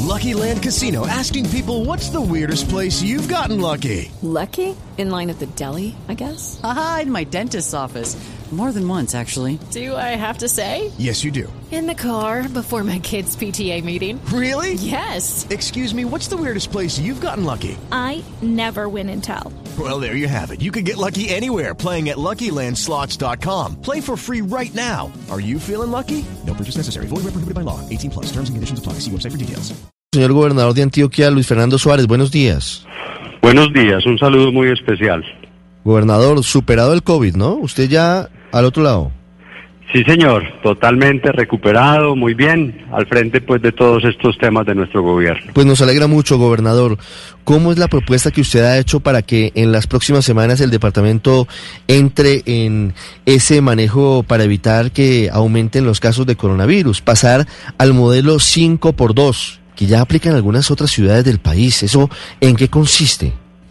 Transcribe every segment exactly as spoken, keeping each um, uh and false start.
Lucky Land Casino, asking people, what's the weirdest place you've gotten lucky? Lucky? In line at the deli, I guess? Aha, in my dentist's office. More than once, actually. Do I have to say? Yes, you do. In the car before my kids' P T A meeting. Really? Yes. Excuse me, what's the weirdest place you've gotten lucky? I never win and tell. Well, there you have it. You can get lucky anywhere, playing at Lucky Land Slots dot com. Play for free right now. Are you feeling lucky? No purchase necessary. Void where prohibited by law. eighteen plus. Terms and conditions apply. See website for details. Señor gobernador de Antioquia, Luis Fernando Suárez, buenos días. Buenos días, un saludo muy especial. Gobernador, superado el COVID, ¿no? Usted ya al otro lado. Sí, señor, totalmente recuperado, muy bien, al frente pues de todos estos temas de nuestro gobierno. Pues nos alegra mucho, gobernador. ¿Cómo es la propuesta que usted ha hecho para que en las próximas semanas el departamento entre en ese manejo para evitar que aumenten los casos de coronavirus? Pasar al modelo cinco por dos, que ya aplican en algunas otras ciudades del país. ¿Eso en qué consiste?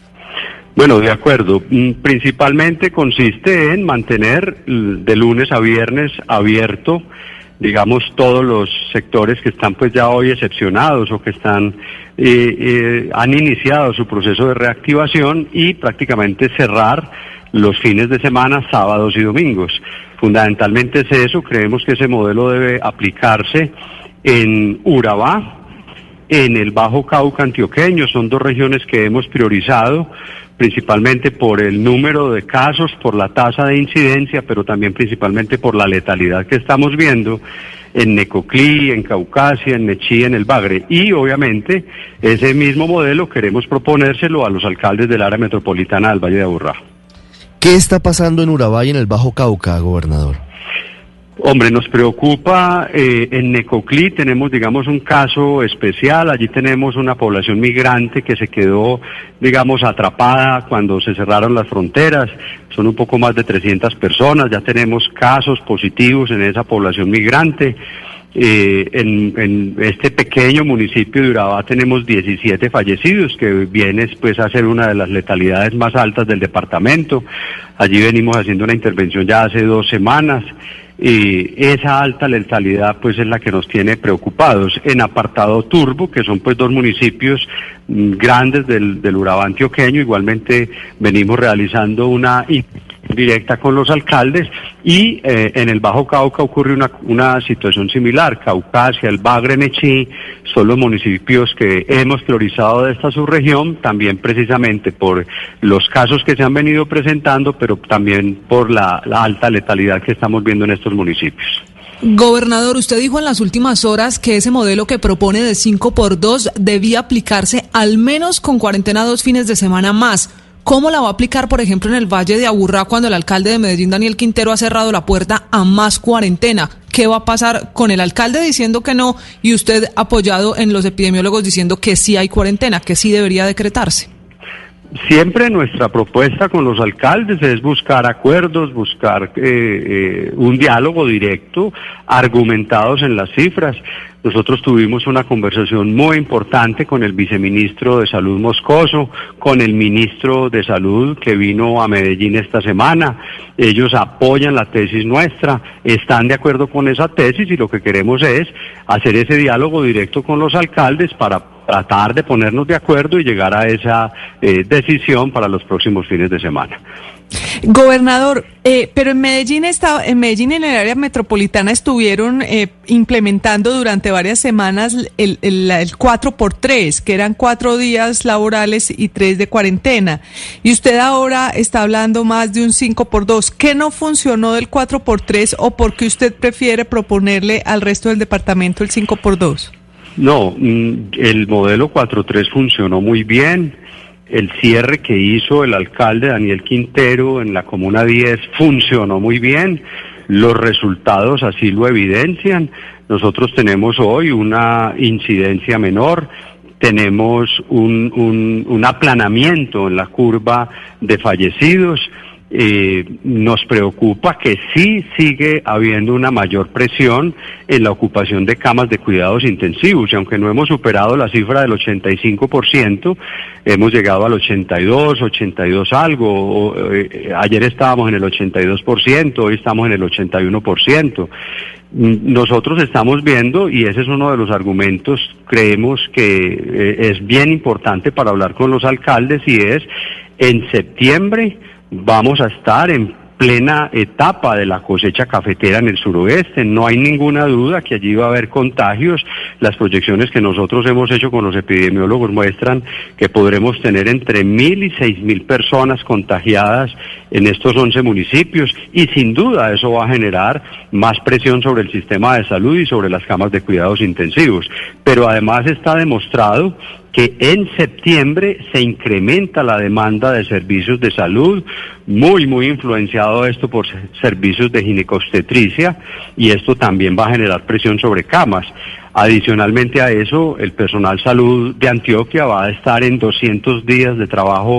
Bueno, de acuerdo. Principalmente consiste en mantener de lunes a viernes abierto, digamos, todos los sectores que están pues ya hoy excepcionados o que están eh, eh, han iniciado su proceso de reactivación, y prácticamente cerrar los fines de semana, sábados y domingos. Fundamentalmente es eso. Creemos que ese modelo debe aplicarse en Urabá, en el Bajo Cauca antioqueño. Son dos regiones que hemos priorizado, principalmente por el número de casos, por la tasa de incidencia, pero también principalmente por la letalidad que estamos viendo en Necoclí, en Caucasia, en Nechí, en el Bagre. Y obviamente ese mismo modelo queremos proponérselo a los alcaldes del área metropolitana del Valle de Aburrá. ¿Qué está pasando en Urabá y en el Bajo Cauca, gobernador? Hombre, nos preocupa, eh, en Necoclí tenemos, digamos, un caso especial. Allí tenemos una población migrante que se quedó, digamos, atrapada cuando se cerraron las fronteras. Son un poco más de trescientas personas. Ya tenemos casos positivos en esa población migrante. Eh, en, en este pequeño municipio de Urabá tenemos diecisiete fallecidos, que viene pues a ser una de las letalidades más altas del departamento. Allí venimos haciendo una intervención ya hace dos semanas. Y esa alta letalidad pues es la que nos tiene preocupados. En Apartado Turbo, que son pues dos municipios mm, grandes del, del Urabá antioqueño, igualmente venimos realizando una directa con los alcaldes, y eh, en el Bajo Cauca ocurre una, una situación similar. Caucasia, el Bagre, Nechí son los municipios que hemos priorizado de esta subregión, también precisamente por los casos que se han venido presentando, pero también por la, la alta letalidad que estamos viendo en estos municipios. Gobernador, usted dijo en las últimas horas que ese modelo que propone de cinco por dos debía aplicarse al menos con cuarentena dos fines de semana más. ¿Cómo la va a aplicar, por ejemplo, en el Valle de Aburrá, cuando el alcalde de Medellín, Daniel Quintero, ha cerrado la puerta a más cuarentena? ¿Qué va a pasar con el alcalde diciendo que no y usted apoyado en los epidemiólogos diciendo que sí hay cuarentena, que sí debería decretarse? Siempre nuestra propuesta con los alcaldes es buscar acuerdos, buscar eh, eh, un diálogo directo, argumentados en las cifras. Nosotros tuvimos una conversación muy importante con el viceministro de Salud Moscoso, con el ministro de Salud que vino a Medellín esta semana. Ellos apoyan la tesis nuestra, están de acuerdo con esa tesis, y lo que queremos es hacer ese diálogo directo con los alcaldes para tratar de ponernos de acuerdo y llegar a esa eh, decisión para los próximos fines de semana. Gobernador, eh, pero en Medellín está, en Medellín en el área metropolitana estuvieron eh, implementando durante varias semanas el, el, el cuatro por tres, que eran cuatro días laborales y tres de cuarentena. Y usted ahora está hablando más de un cinco por dos. ¿Qué no funcionó del cuatro por tres o por qué usted prefiere proponerle al resto del departamento el cinco por dos? No, el modelo cuatro tres funcionó muy bien. El cierre que hizo el alcalde Daniel Quintero en la Comuna diez funcionó muy bien. Los resultados así lo evidencian. Nosotros tenemos hoy una incidencia menor, tenemos un, un, un aplanamiento en la curva de fallecidos, Eh, nos preocupa que sí sigue habiendo una mayor presión en la ocupación de camas de cuidados intensivos, y aunque no hemos superado la cifra del ochenta y cinco por ciento, hemos llegado al ochenta y dos, ochenta y dos algo, o, eh, ayer estábamos en el ochenta y dos por ciento, hoy estamos en el ochenta y uno por ciento. Nosotros estamos viendo, y ese es uno de los argumentos, creemos que eh, es bien importante para hablar con los alcaldes, y es, en septiembre vamos a estar en plena etapa de la cosecha cafetera en el suroeste. No hay ninguna duda que allí va a haber contagios. Las proyecciones que nosotros hemos hecho con los epidemiólogos muestran que podremos tener entre mil y seis mil personas contagiadas en estos once municipios, y sin duda eso va a generar más presión sobre el sistema de salud y sobre las camas de cuidados intensivos. Pero además está demostrado que en septiembre se incrementa la demanda de servicios de salud, muy, muy influenciado esto por servicios de ginecobstetricia, y esto también va a generar presión sobre camas. Adicionalmente a eso, el personal salud de Antioquia va a estar en doscientos días de trabajo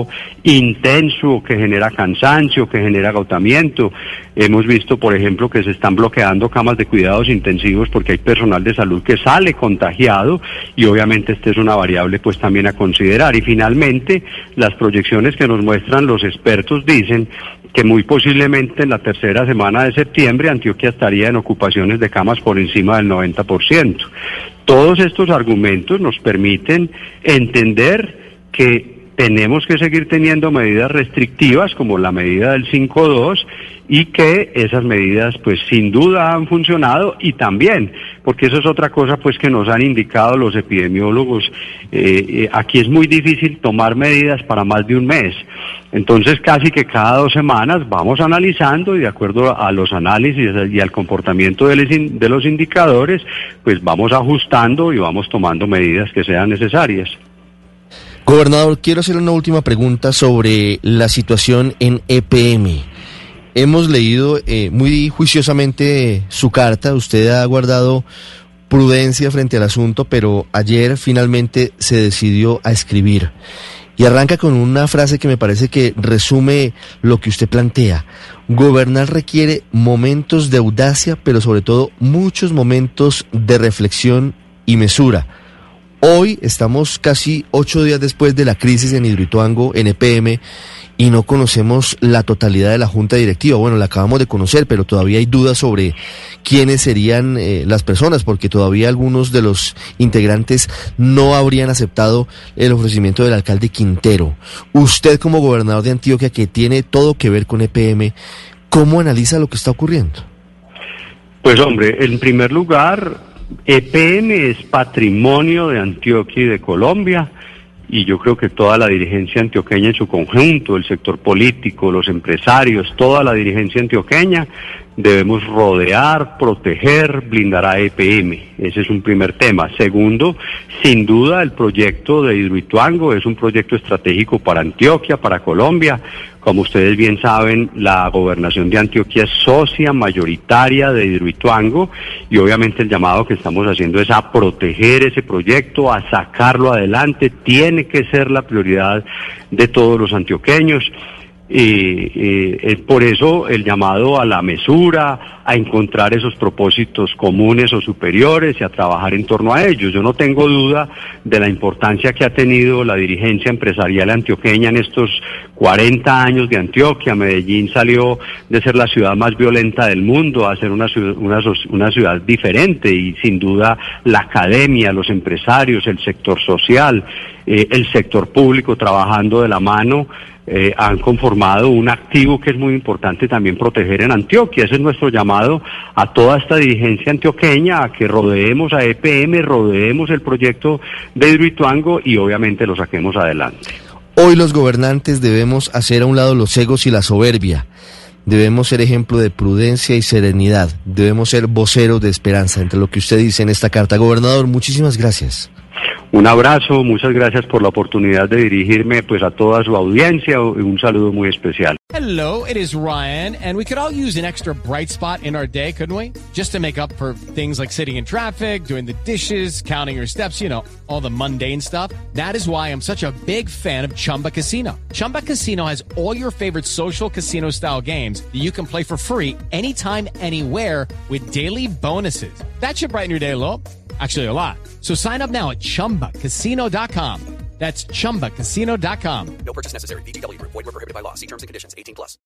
intenso que genera cansancio, que genera agotamiento. Hemos visto, por ejemplo, que se están bloqueando camas de cuidados intensivos porque hay personal de salud que sale contagiado, y obviamente esta es una variable pues también a considerar. Y finalmente, las proyecciones que nos muestran los expertos dicen que muy posiblemente en la tercera semana de septiembre Antioquia estaría en ocupaciones de camas por encima del noventa por ciento. Todos estos argumentos nos permiten entender que tenemos que seguir teniendo medidas restrictivas como la medida del cinco dos, y que esas medidas pues sin duda han funcionado, y también, porque eso es otra cosa pues que nos han indicado los epidemiólogos, eh, eh, aquí es muy difícil tomar medidas para más de un mes. Entonces casi que cada dos semanas vamos analizando, y de acuerdo a los análisis y al comportamiento de los, in, de los indicadores, pues vamos ajustando y vamos tomando medidas que sean necesarias. Gobernador, quiero hacer una última pregunta sobre la situación en E P M. Hemos leído eh, muy juiciosamente su carta, usted ha guardado prudencia frente al asunto, pero ayer finalmente se decidió a escribir. Y arranca con una frase que me parece que resume lo que usted plantea. Gobernar requiere momentos de audacia, pero sobre todo muchos momentos de reflexión y mesura. Hoy estamos casi ocho días después de la crisis en Hidroituango, en E P M, y no conocemos la totalidad de la junta directiva. Bueno, la acabamos de conocer, pero todavía hay dudas sobre quiénes serían eh, las personas, porque todavía algunos de los integrantes no habrían aceptado el ofrecimiento del alcalde Quintero. Usted, como gobernador de Antioquia, que tiene todo que ver con E P M, ¿cómo analiza lo que está ocurriendo? Pues hombre, en primer lugar, E P M es patrimonio de Antioquia y de Colombia, y yo creo que toda la dirigencia antioqueña en su conjunto, el sector político, los empresarios, toda la dirigencia antioqueña, debemos rodear, proteger, blindar a E P M. Ese es un primer tema. Segundo, sin duda el proyecto de Hidroituango es un proyecto estratégico para Antioquia, para Colombia. Como ustedes bien saben, la gobernación de Antioquia es socia mayoritaria de Hidroituango, y obviamente el llamado que estamos haciendo es a proteger ese proyecto, a sacarlo adelante. Tiene que ser la prioridad de todos los antioqueños. Eh, eh, por eso el llamado a la mesura, a encontrar esos propósitos comunes o superiores y a trabajar en torno a ellos. Yo no tengo duda de la importancia que ha tenido la dirigencia empresarial antioqueña en estos cuarenta años de Antioquia. Medellín salió de ser la ciudad más violenta del mundo a ser una ciudad, una, una ciudad diferente, y sin duda la academia, los empresarios, el sector social, eh, el sector público trabajando de la mano, Eh, han conformado un activo que es muy importante también proteger en Antioquia. Ese es nuestro llamado a toda esta dirigencia antioqueña, a que rodeemos a E P M, rodeemos el proyecto de Hidroituango y obviamente lo saquemos adelante. Hoy los gobernantes debemos hacer a un lado los egos y la soberbia. Debemos ser ejemplo de prudencia y serenidad. Debemos ser voceros de esperanza, entre lo que usted dice en esta carta. Gobernador, muchísimas gracias. Un abrazo, muchas gracias por la oportunidad de dirigirme pues a toda su audiencia y un saludo muy especial. Hello, it is Ryan, and we could all use an extra bright spot in our day, couldn't we? Just to make up for things like sitting in traffic, doing the dishes, counting your steps, you know, all the mundane stuff. That is why I'm such a big fan of Chumba Casino. Chumba Casino has all your favorite social casino style games that you can play for free anytime, anywhere with daily bonuses. That should brighten your day a little. Actually, a lot. So sign up now at chumba casino dot com. That's chumba casino dot com. No purchase necessary. V G W Group. Void where prohibited by law. See terms and conditions. eighteen plus.